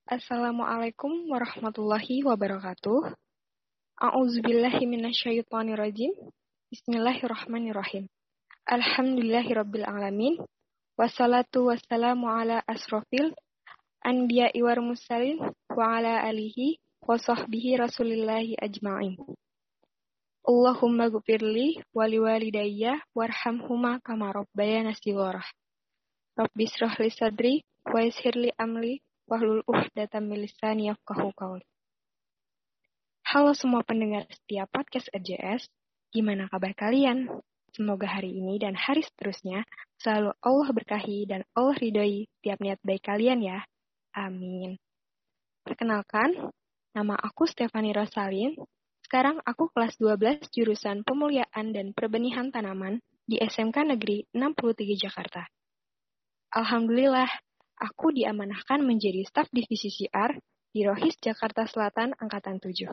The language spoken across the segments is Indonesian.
Assalamualaikum warahmatullahi wabarakatuh. A'udzubillahi minasyaitonirrajim. Bismillahirrahmanirrahim. Alhamdulillahirabbil alamin. Wassalatu wassalamu ala asrofil anbiya'i wal mursalin wa ala alihi wa sahbihi rasulillahi ajma'in. Allahumma ghfirli wa liwalidayya warhamhuma kama rabbayana shighara. Rabbi shrah li sadri wa yassir li amri wahlul 'uqdatam min lisani yafqahu qawli. Halo semua pendengar setia podcast RJS, gimana kabar kalian? Semoga hari ini dan hari seterusnya selalu Allah berkahi dan Allah ridhoi tiap niat baik kalian ya. Amin. Perkenalkan, nama aku Stefani Rosalin. Sekarang aku kelas 12 jurusan Pemuliaan dan Perbenihan Tanaman di SMK Negeri 63 Jakarta. Alhamdulillah, aku diamanahkan menjadi staf divisi CR di Rohis Jakarta Selatan Angkatan 7.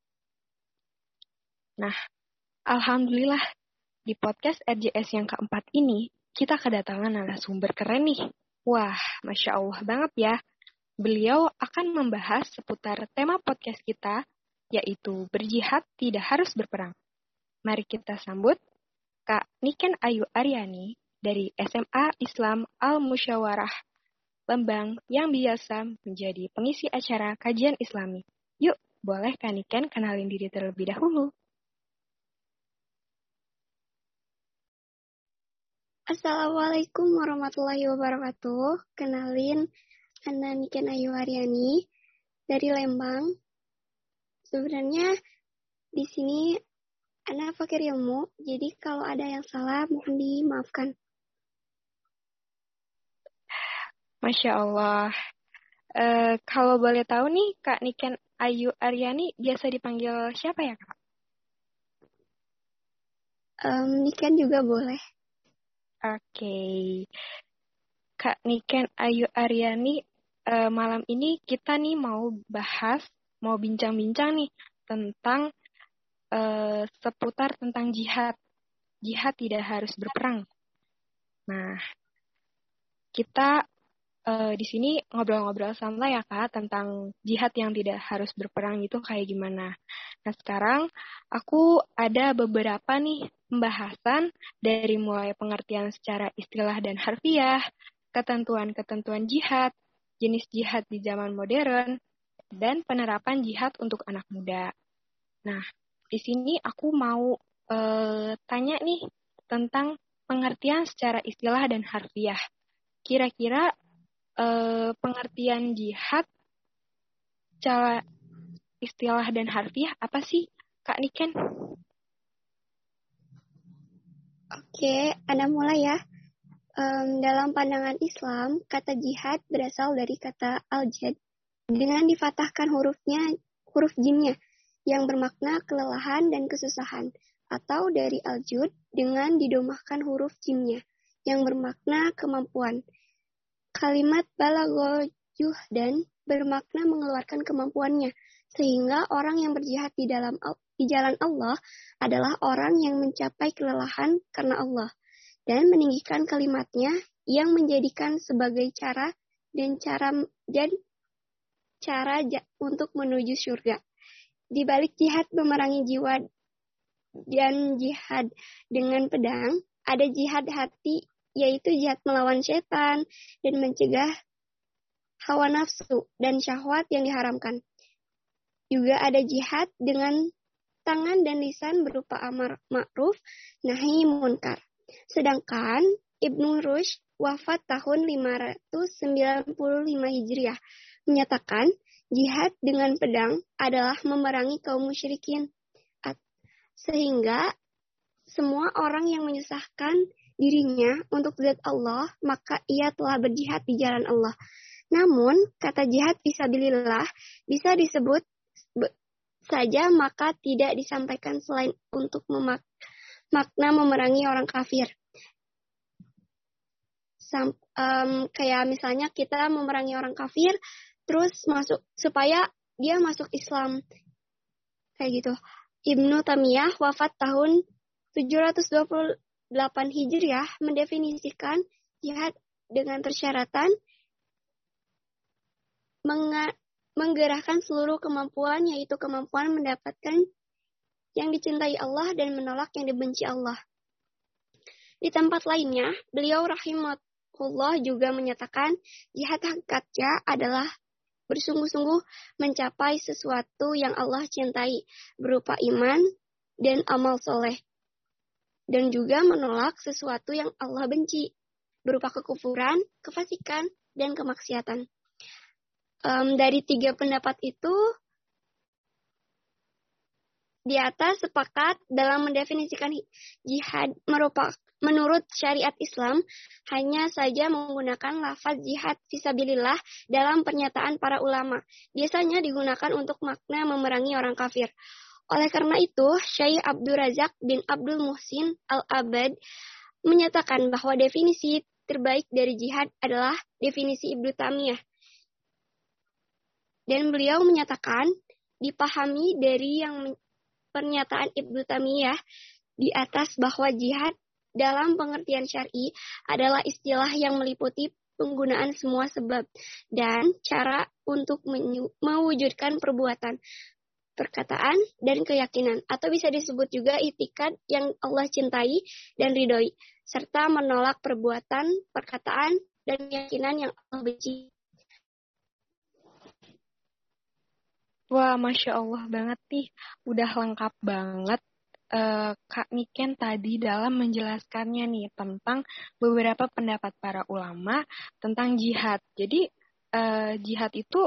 Nah, alhamdulillah di podcast RJS yang keempat ini kita kedatangan narasumber keren nih. Wah, Masya Allah banget ya. Beliau akan membahas seputar tema podcast kita, yaitu berjihad tidak harus berperang. Mari kita sambut Kak Niken Ayu Aryani dari SMA Islam Al-Musyawarah Lembang yang biasa menjadi pengisi acara kajian Islami. Yuk, boleh Kak Niken kenalin diri terlebih dahulu. Assalamualaikum warahmatullahi wabarakatuh. Kenalin, Ana Niken Ayu Aryani dari Lembang. Sebenarnya di sini Ana fakir ilmu, jadi kalau ada yang salah mohon dimaafkan. Masya Allah. Kalau boleh tahu nih, Kak Niken Ayu Aryani biasa dipanggil siapa ya, Kak? Niken juga boleh. Oke. Kak Niken Ayu Aryani, malam ini kita nih mau bincang-bincang nih tentang seputar tentang jihad. Jihad tidak harus berperang. Nah, kita di sini ngobrol-ngobrol santai ya Kak tentang jihad yang tidak harus berperang itu kayak gimana. Nah sekarang aku ada beberapa nih pembahasan dari mulai pengertian secara istilah dan harfiah, ketentuan-ketentuan jihad, jenis jihad di zaman modern, dan penerapan jihad untuk anak muda. Nah di sini aku mau tanya nih tentang pengertian secara istilah dan harfiah. Kira-kira pengertian jihad, cara istilah dan harfiah apa sih, Kak Niken? Oke, Ana mulai ya. Dalam pandangan Islam, kata jihad berasal dari kata al-jad dengan difathahkan huruf jimnya yang bermakna kelelahan dan kesusahan, atau dari al-jud dengan didomahkan huruf jimnya yang bermakna kemampuan. Kalimat balagho juhdan bermakna mengeluarkan kemampuannya, sehingga orang yang berjihad di jalan Allah adalah orang yang mencapai kelelahan karena Allah dan meninggikan kalimatnya yang menjadikan sebagai cara untuk menuju surga. Di balik jihad memerangi jiwa dan jihad dengan pedang, ada jihad hati, yaitu jihad melawan setan dan mencegah hawa nafsu dan syahwat yang diharamkan. Juga ada jihad dengan tangan dan lisan berupa amar ma'ruf nahi munkar. Sedangkan Ibnu Rushd wafat tahun 595 Hijriah menyatakan jihad dengan pedang adalah memerangi kaum musyrikin. Sehingga semua orang yang menyusahkan dirinya untuk zat Allah, maka ia telah berjihad di jalan Allah. Namun, kata jihad fisabilillah bisa disebut saja, maka tidak disampaikan selain untuk makna memerangi orang kafir. Kayak misalnya kita memerangi orang kafir, terus supaya dia masuk Islam. Kayak gitu. Ibnu Taimiyah wafat tahun 728 Hijriah mendefinisikan jihad dengan persyaratan menggerahkan seluruh kemampuan, yaitu kemampuan mendapatkan yang dicintai Allah dan menolak yang dibenci Allah. Di tempat lainnya, beliau rahimahullah juga menyatakan jihad hakikatnya adalah bersungguh-sungguh mencapai sesuatu yang Allah cintai, berupa iman dan amal soleh, dan juga menolak sesuatu yang Allah benci, berupa kekufuran, kefasikan, dan kemaksiatan. Dari 3 pendapat itu, di atas sepakat dalam mendefinisikan jihad menurut syariat Islam hanya saja menggunakan lafaz jihad fisabilillah dalam pernyataan para ulama. Biasanya digunakan untuk makna memerangi orang kafir. Oleh karena itu, Syekh Abdul Razak bin Abdul Muhsin Al-Abad menyatakan bahwa definisi terbaik dari jihad adalah definisi Ibnu Taimiyah. Dan beliau menyatakan dipahami dari yang pernyataan Ibnu Taimiyah di atas bahwa jihad dalam pengertian syar'i adalah istilah yang meliputi penggunaan semua sebab dan cara untuk mewujudkan perbuatan, perkataan, dan keyakinan, atau bisa disebut juga itikad yang Allah cintai dan ridhoi, serta menolak perbuatan, perkataan, dan keyakinan yang Allah benci. Wah, Masya Allah banget nih. Udah lengkap banget Kak Niken tadi dalam menjelaskannya nih tentang beberapa pendapat para ulama tentang jihad. Jadi jihad itu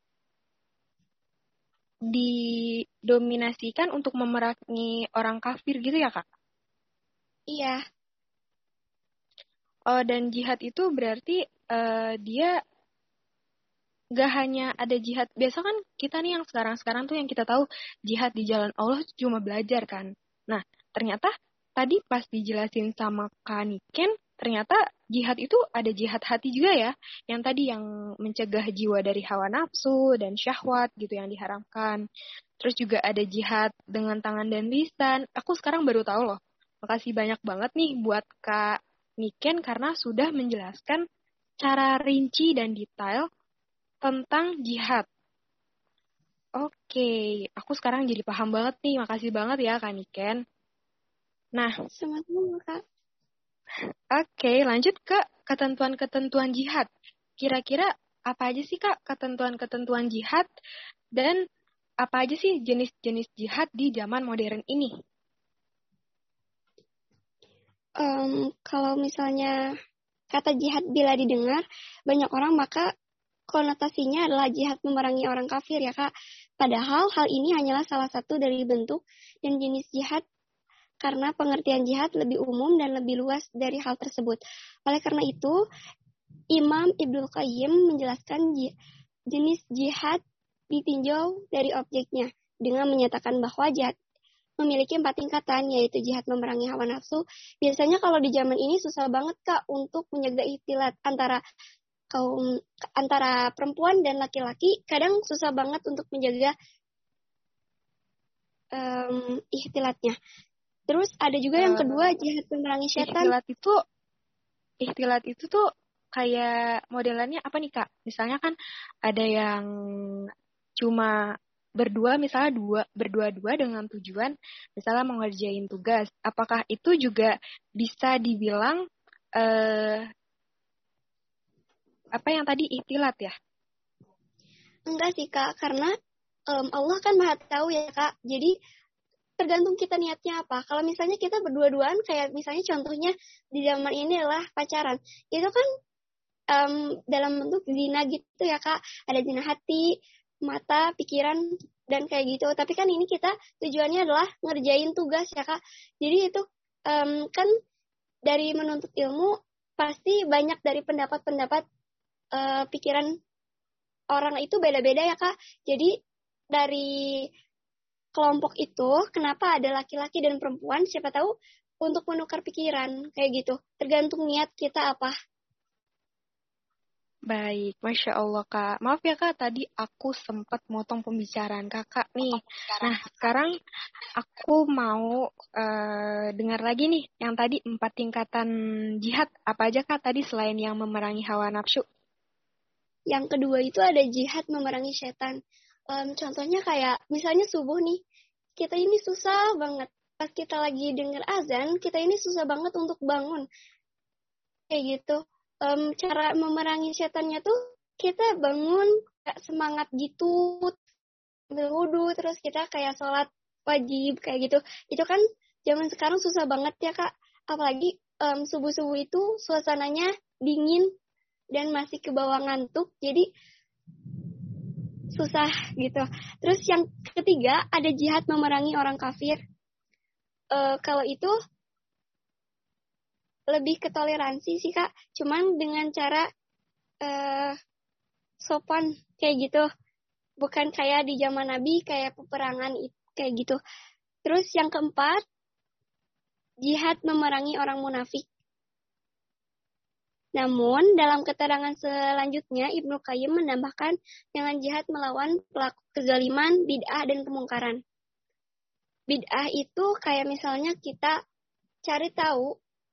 didominasikan untuk memerangi orang kafir gitu ya, Kak? Iya. Dan jihad itu berarti dia gak hanya ada jihad. Biasa kan kita nih yang sekarang-sekarang tuh yang kita tahu jihad di jalan Allah cuma belajar kan. Nah, ternyata tadi pas dijelasin sama Kak Niken, ternyata jihad itu ada jihad hati juga ya. Yang tadi yang mencegah jiwa dari hawa nafsu dan syahwat gitu yang diharamkan. Terus juga ada jihad dengan tangan dan lisan. Aku sekarang baru tahu loh. Makasih banyak banget nih buat Kak Niken karena sudah menjelaskan cara rinci dan detail tentang jihad. Oke, aku sekarang jadi paham banget nih. Makasih banget ya, Kak Niken. Nah, Sama-sama, Kak. oke, lanjut ke ketentuan-ketentuan jihad. Kira-kira apa aja sih, Kak, ketentuan-ketentuan jihad? Dan apa aja sih jenis-jenis jihad di zaman modern ini? Kalau misalnya kata jihad bila didengar banyak orang, maka konotasinya adalah jihad memerangi orang kafir ya, Kak. Padahal hal ini hanyalah salah satu dari bentuk dan jenis jihad karena pengertian jihad lebih umum dan lebih luas dari hal tersebut. Oleh karena itu, Imam Ibnul Qayyim menjelaskan jenis jihad ditinjau dari objeknya dengan menyatakan bahwa jihad memiliki 4 tingkatan, yaitu jihad memerangi hawa nafsu. Biasanya kalau di zaman ini susah banget, Kak, untuk menjaga ikhtilat antara perempuan dan laki-laki. Kadang susah banget untuk menjaga ikhtilatnya. Terus ada juga yang kedua, jihad memerangi setan. Ikhtilat itu tuh kayak modelannya apa nih, Kak? Misalnya kan ada yang cuma berdua, misalnya berdua-dua dengan tujuan misalnya mau ngerjain tugas. Apakah itu juga bisa dibilang apa yang tadi ikhtilat ya? Enggak sih, Kak, karena Allah kan Maha tahu ya, Kak. Jadi tergantung kita niatnya apa. Kalau misalnya kita berdua-duaan, kayak misalnya contohnya di zaman ini adalah pacaran, itu kan dalam bentuk zina gitu ya, Kak. Ada zina hati, mata, pikiran, dan kayak gitu. Tapi kan ini kita tujuannya adalah ngerjain tugas ya, Kak. Jadi itu kan dari menuntut ilmu pasti banyak dari pendapat-pendapat pikiran orang itu beda-beda ya, Kak. Jadi dari kelompok itu kenapa ada laki-laki dan perempuan, siapa tahu untuk menukar pikiran kayak gitu. Tergantung niat kita apa. Baik, Masya Allah, Kak. Maaf ya, Kak, tadi aku sempat motong pembicaraan Kakak nih. Nah, sekarang aku mau dengar lagi nih, yang tadi 4 tingkatan jihad. Apa aja, Kak, tadi selain yang memerangi hawa nafsu? Yang kedua itu ada jihad memerangi setan. Contohnya kayak misalnya subuh nih, kita ini susah banget. Pas kita lagi denger azan, kita ini susah banget untuk bangun. Kayak gitu. Cara memerangi setannya tuh kita bangun kayak semangat gitu, berwudu, terus kita kayak sholat wajib kayak gitu. Itu kan zaman sekarang susah banget ya Kak. Apalagi subuh-subuh itu suasananya dingin dan masih ke bawah ngantuk, jadi susah gitu. Terus yang ketiga ada jihad memerangi orang kafir. Kalau itu lebih ke toleransi sih Kak, cuman dengan cara sopan kayak gitu, bukan kayak di zaman Nabi kayak peperangan kayak gitu. Terus yang keempat jihad memerangi orang munafik. Namun, dalam keterangan selanjutnya, Ibnu Qayyim menambahkan dengan jihad melawan pelaku kezaliman, bid'ah, dan kemungkaran. Bid'ah itu kayak misalnya kita cari tahu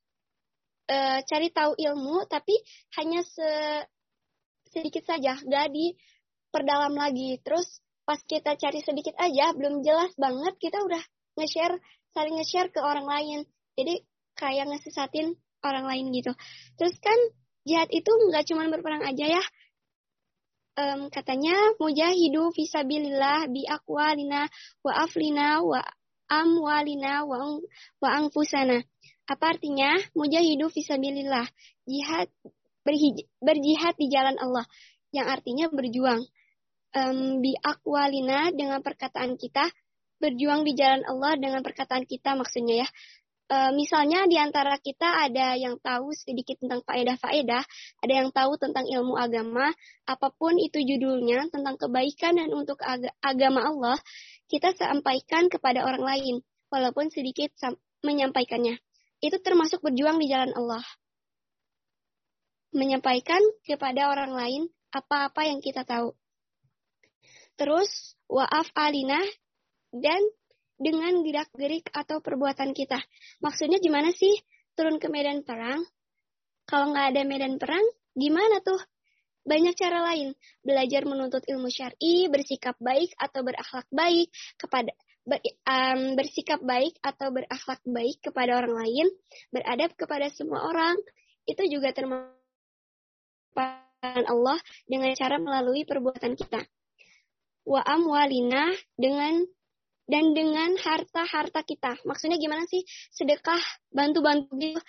ilmu, tapi hanya sedikit saja, gak diperdalam lagi. Terus pas kita cari sedikit aja, belum jelas banget, kita udah saling nge-share ke orang lain. Jadi kayak ngesesatin orang lain gitu. Terus kan jihad itu nggak cuma berperang aja ya. Katanya mujahidu fisabilillah bi aqwalina wa aflina wa amwalina wa anfusana. Apa artinya? Mujahidu fisabilillah, jihad berjihad di jalan Allah, yang artinya berjuang. Bi aqwalina dengan perkataan kita, berjuang di jalan Allah dengan perkataan kita maksudnya ya. Misalnya di antara kita ada yang tahu sedikit tentang faedah-faedah, ada yang tahu tentang ilmu agama, apapun itu judulnya, tentang kebaikan dan untuk agama Allah, kita sampaikan kepada orang lain, walaupun sedikit menyampaikannya. Itu termasuk berjuang di jalan Allah. Menyampaikan kepada orang lain apa-apa yang kita tahu. Terus, wa'af alina, dan dengan gerak-gerik atau perbuatan kita. Maksudnya gimana sih turun ke medan perang? Kalau nggak ada medan perang, gimana tuh? Banyak cara lain. Belajar menuntut ilmu syar'i, bersikap baik atau berakhlak baik bersikap baik atau berakhlak baik kepada orang lain, beradab kepada semua orang. Itu juga termasuk Allah dengan cara melalui perbuatan kita. Wa amwalina dengan harta-harta kita. Maksudnya gimana sih? Sedekah, bantu-bantu gitu.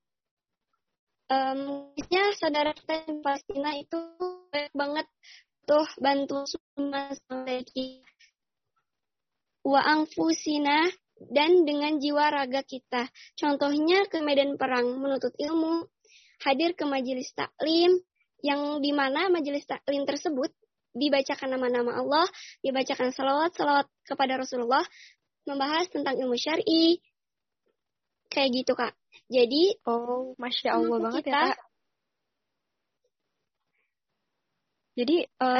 Misalnya saudara kita di Palestina itu banyak banget tuh bantu semua kita. Wa anfusina, dan dengan jiwa raga kita. Contohnya ke medan perang, menuntut ilmu, hadir ke majelis taklim, yang dimana majelis taklim tersebut dibacakan nama-nama Allah, dibacakan salawat kepada Rasulullah, membahas tentang ilmu syar'i, kayak gitu Kak. Jadi, Masya Allah banget ya Kak. Jadi,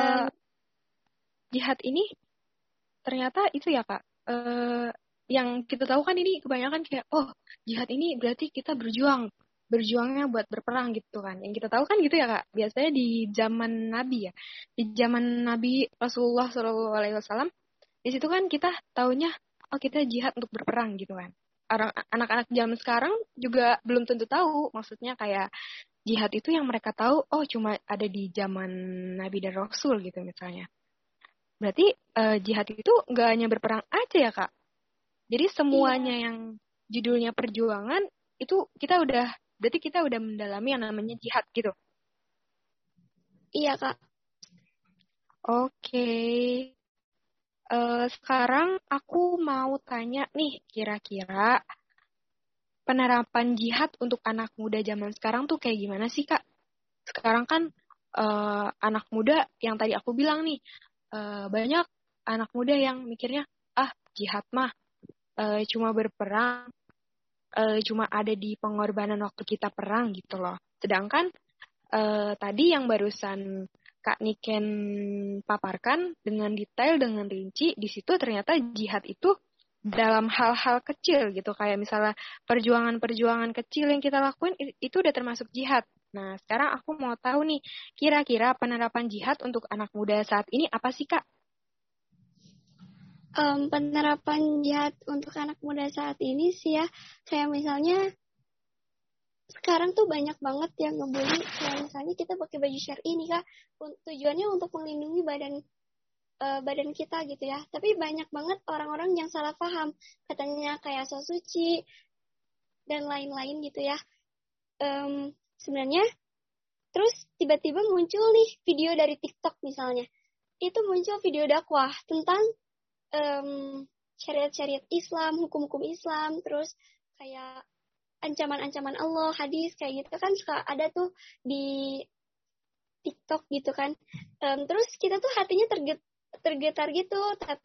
jihad ini ternyata itu ya Kak, yang kita tahu kan ini kebanyakan kayak, jihad ini berarti kita berjuangnya buat berperang gitu kan. Yang kita tahu kan gitu ya Kak. Biasanya di zaman Nabi ya. Di zaman Nabi Rasulullah SAW, di situ kan kita taunya, kita jihad untuk berperang gitu kan. Anak-anak zaman sekarang juga belum tentu tahu. Maksudnya kayak jihad itu yang mereka tahu, cuma ada di zaman Nabi dan Rasul gitu misalnya. Berarti jihad itu nggak hanya berperang aja ya Kak. Jadi semuanya yang judulnya perjuangan, itu berarti kita udah mendalami yang namanya jihad gitu. Iya Kak. Oke. Sekarang aku mau tanya nih, kira-kira penerapan jihad untuk anak muda zaman sekarang tuh kayak gimana sih Kak? Sekarang kan anak muda yang tadi aku bilang nih, banyak anak muda yang mikirnya, jihad mah cuma berperang, cuma ada di pengorbanan waktu kita perang gitu loh. Sedangkan tadi yang barusan Kak Niken paparkan dengan detail, dengan rinci, di situ ternyata jihad itu dalam hal-hal kecil gitu. Kayak misalnya perjuangan-perjuangan kecil yang kita lakuin, itu udah termasuk jihad. Nah, sekarang aku mau tahu nih, kira-kira penerapan jihad untuk anak muda saat ini apa sih, Kak? Penerapan jihad untuk anak muda saat ini sih ya, kayak misalnya sekarang tuh banyak banget yang ngebully, kayak misalnya kita pakai baju syar'i nih Kak, tujuannya untuk melindungi badan kita gitu ya. Tapi banyak banget orang-orang yang salah paham, katanya kayak so suci dan lain-lain gitu ya. Sebenarnya terus tiba-tiba muncul nih video dari TikTok misalnya. Itu muncul video dakwah tentang syariat-syariat Islam, hukum-hukum Islam, terus kayak ancaman-ancaman Allah, hadis kayak gitu kan suka ada tuh di TikTok gitu kan. Terus kita tuh hatinya tergetar gitu,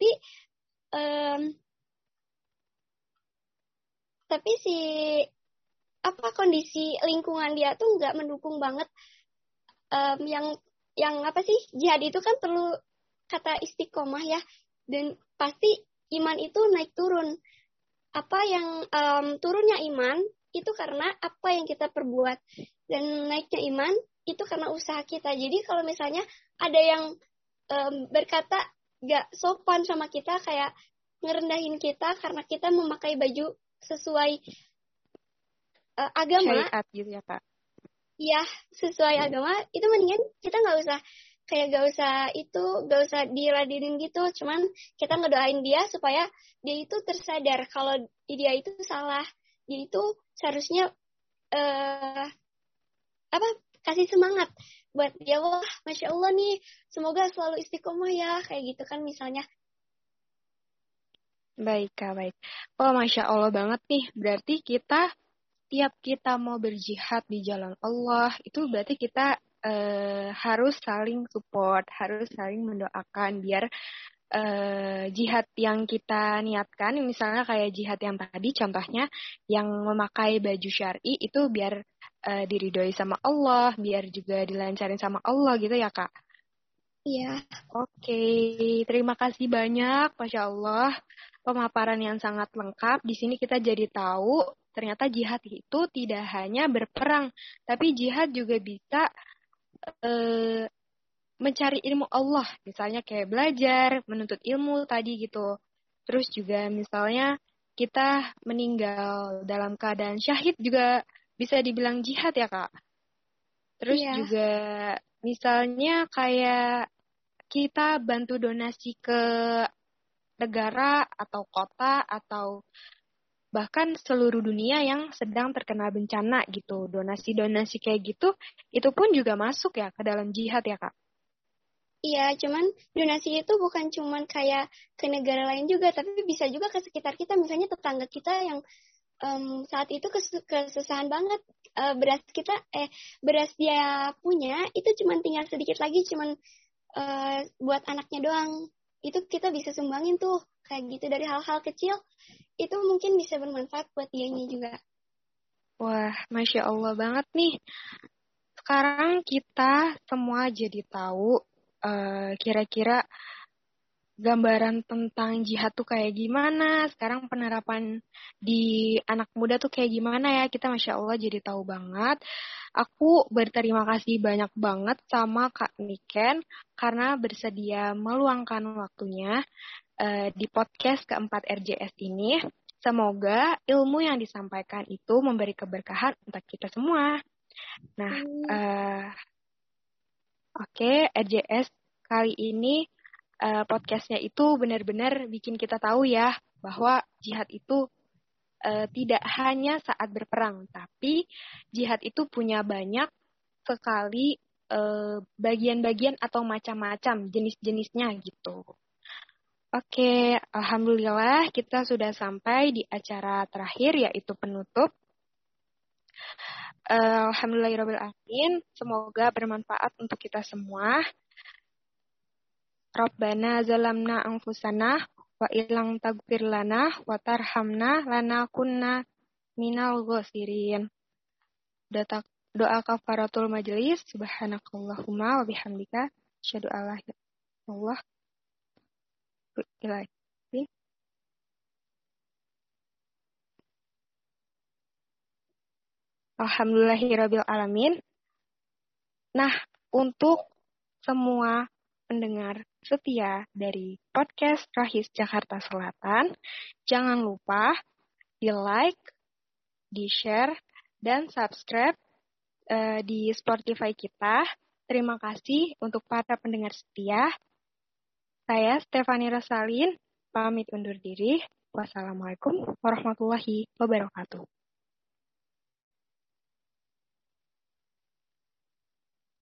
tapi si kondisi lingkungan dia tuh nggak mendukung banget. Yang apa sih, jihad itu kan perlu kata istiqomah ya, dan pasti iman itu naik turun. Apa yang turunnya iman itu karena apa yang kita perbuat, dan naiknya iman itu karena usaha kita. Jadi kalau misalnya ada yang berkata gak sopan sama kita, kayak ngerendahin kita karena kita memakai baju sesuai agama, Syariat gitu ya, Kak? iya, sesuai agama, itu mendingan kita nggak usah diladenin gitu. Cuman kita ngedoain dia supaya dia itu tersadar kalau dia itu salah. Dia itu seharusnya kasih semangat buat dia. Wah, Masya Allah nih, semoga selalu istiqomah ya, kayak gitu kan misalnya. Baik, Kak, baik. Oh, Masya Allah banget nih. Berarti tiap kita mau berjihad di jalan Allah, itu berarti kita harus saling support, harus saling mendoakan biar jihad yang kita niatkan, misalnya kayak jihad yang tadi, contohnya yang memakai baju syar'i itu biar diridhoi sama Allah, biar juga dilancarin sama Allah gitu ya, Kak? Iya. Oke, terima kasih banyak, Masya Allah. Pemaparan yang sangat lengkap. Di sini kita jadi tahu ternyata jihad itu tidak hanya berperang, tapi jihad juga bisa mencari ilmu Allah, misalnya kayak belajar, menuntut ilmu tadi gitu. Terus juga misalnya kita meninggal dalam keadaan syahid juga bisa dibilang jihad ya, Kak. Terus Iya. juga misalnya kayak kita bantu donasi ke negara atau kota atau bahkan seluruh dunia yang sedang terkena bencana gitu. Donasi-donasi kayak gitu, itu pun juga masuk ya ke dalam jihad ya, Kak? Iya, cuman donasi itu bukan cuman kayak ke negara lain juga, tapi bisa juga ke sekitar kita, misalnya tetangga kita yang saat itu kesusahan banget. Beras dia punya itu cuman tinggal sedikit lagi, cuman buat anaknya doang. Itu kita bisa sumbangin tuh, kayak gitu, dari hal-hal kecil itu mungkin bisa bermanfaat buat dianya juga. Wah, Masya Allah banget nih. Sekarang kita semua jadi tahu kira-kira gambaran tentang jihad tuh kayak gimana, sekarang penerapan di anak muda tuh kayak gimana ya, kita Masya Allah jadi tahu banget. Aku berterima kasih banyak banget sama Kak Niken karena bersedia meluangkan waktunya di podcast keempat RJS ini. Semoga ilmu yang disampaikan itu memberi keberkahan untuk kita semua. Nah, oke, RJS kali ini podcastnya itu benar-benar bikin kita tahu ya bahwa jihad itu tidak hanya saat berperang, tapi jihad itu punya banyak sekali bagian-bagian atau macam-macam jenis-jenisnya gitu. Oke, alhamdulillah kita sudah sampai di acara terakhir yaitu penutup. Alhamdulillahirrahmanirrahim. Semoga bermanfaat untuk kita semua. Rabbana zalamna anfusana wa ilang tagfir lana wa tarhamna lanakunna minal ghasirin. Doa kafaratul majelis. Subhanakallahumma wa bihamdika asyhadu an la ilaha illallah. Alhamdulillahirabbil alamin. Nah, untuk semua pendengar setia dari podcast Rahis Jakarta Selatan, jangan lupa di-like, di-share, dan subscribe di Spotify kita. Terima kasih untuk para pendengar setia. Saya Stefani Rasalin, pamit undur diri. Wassalamualaikum warahmatullahi wabarakatuh.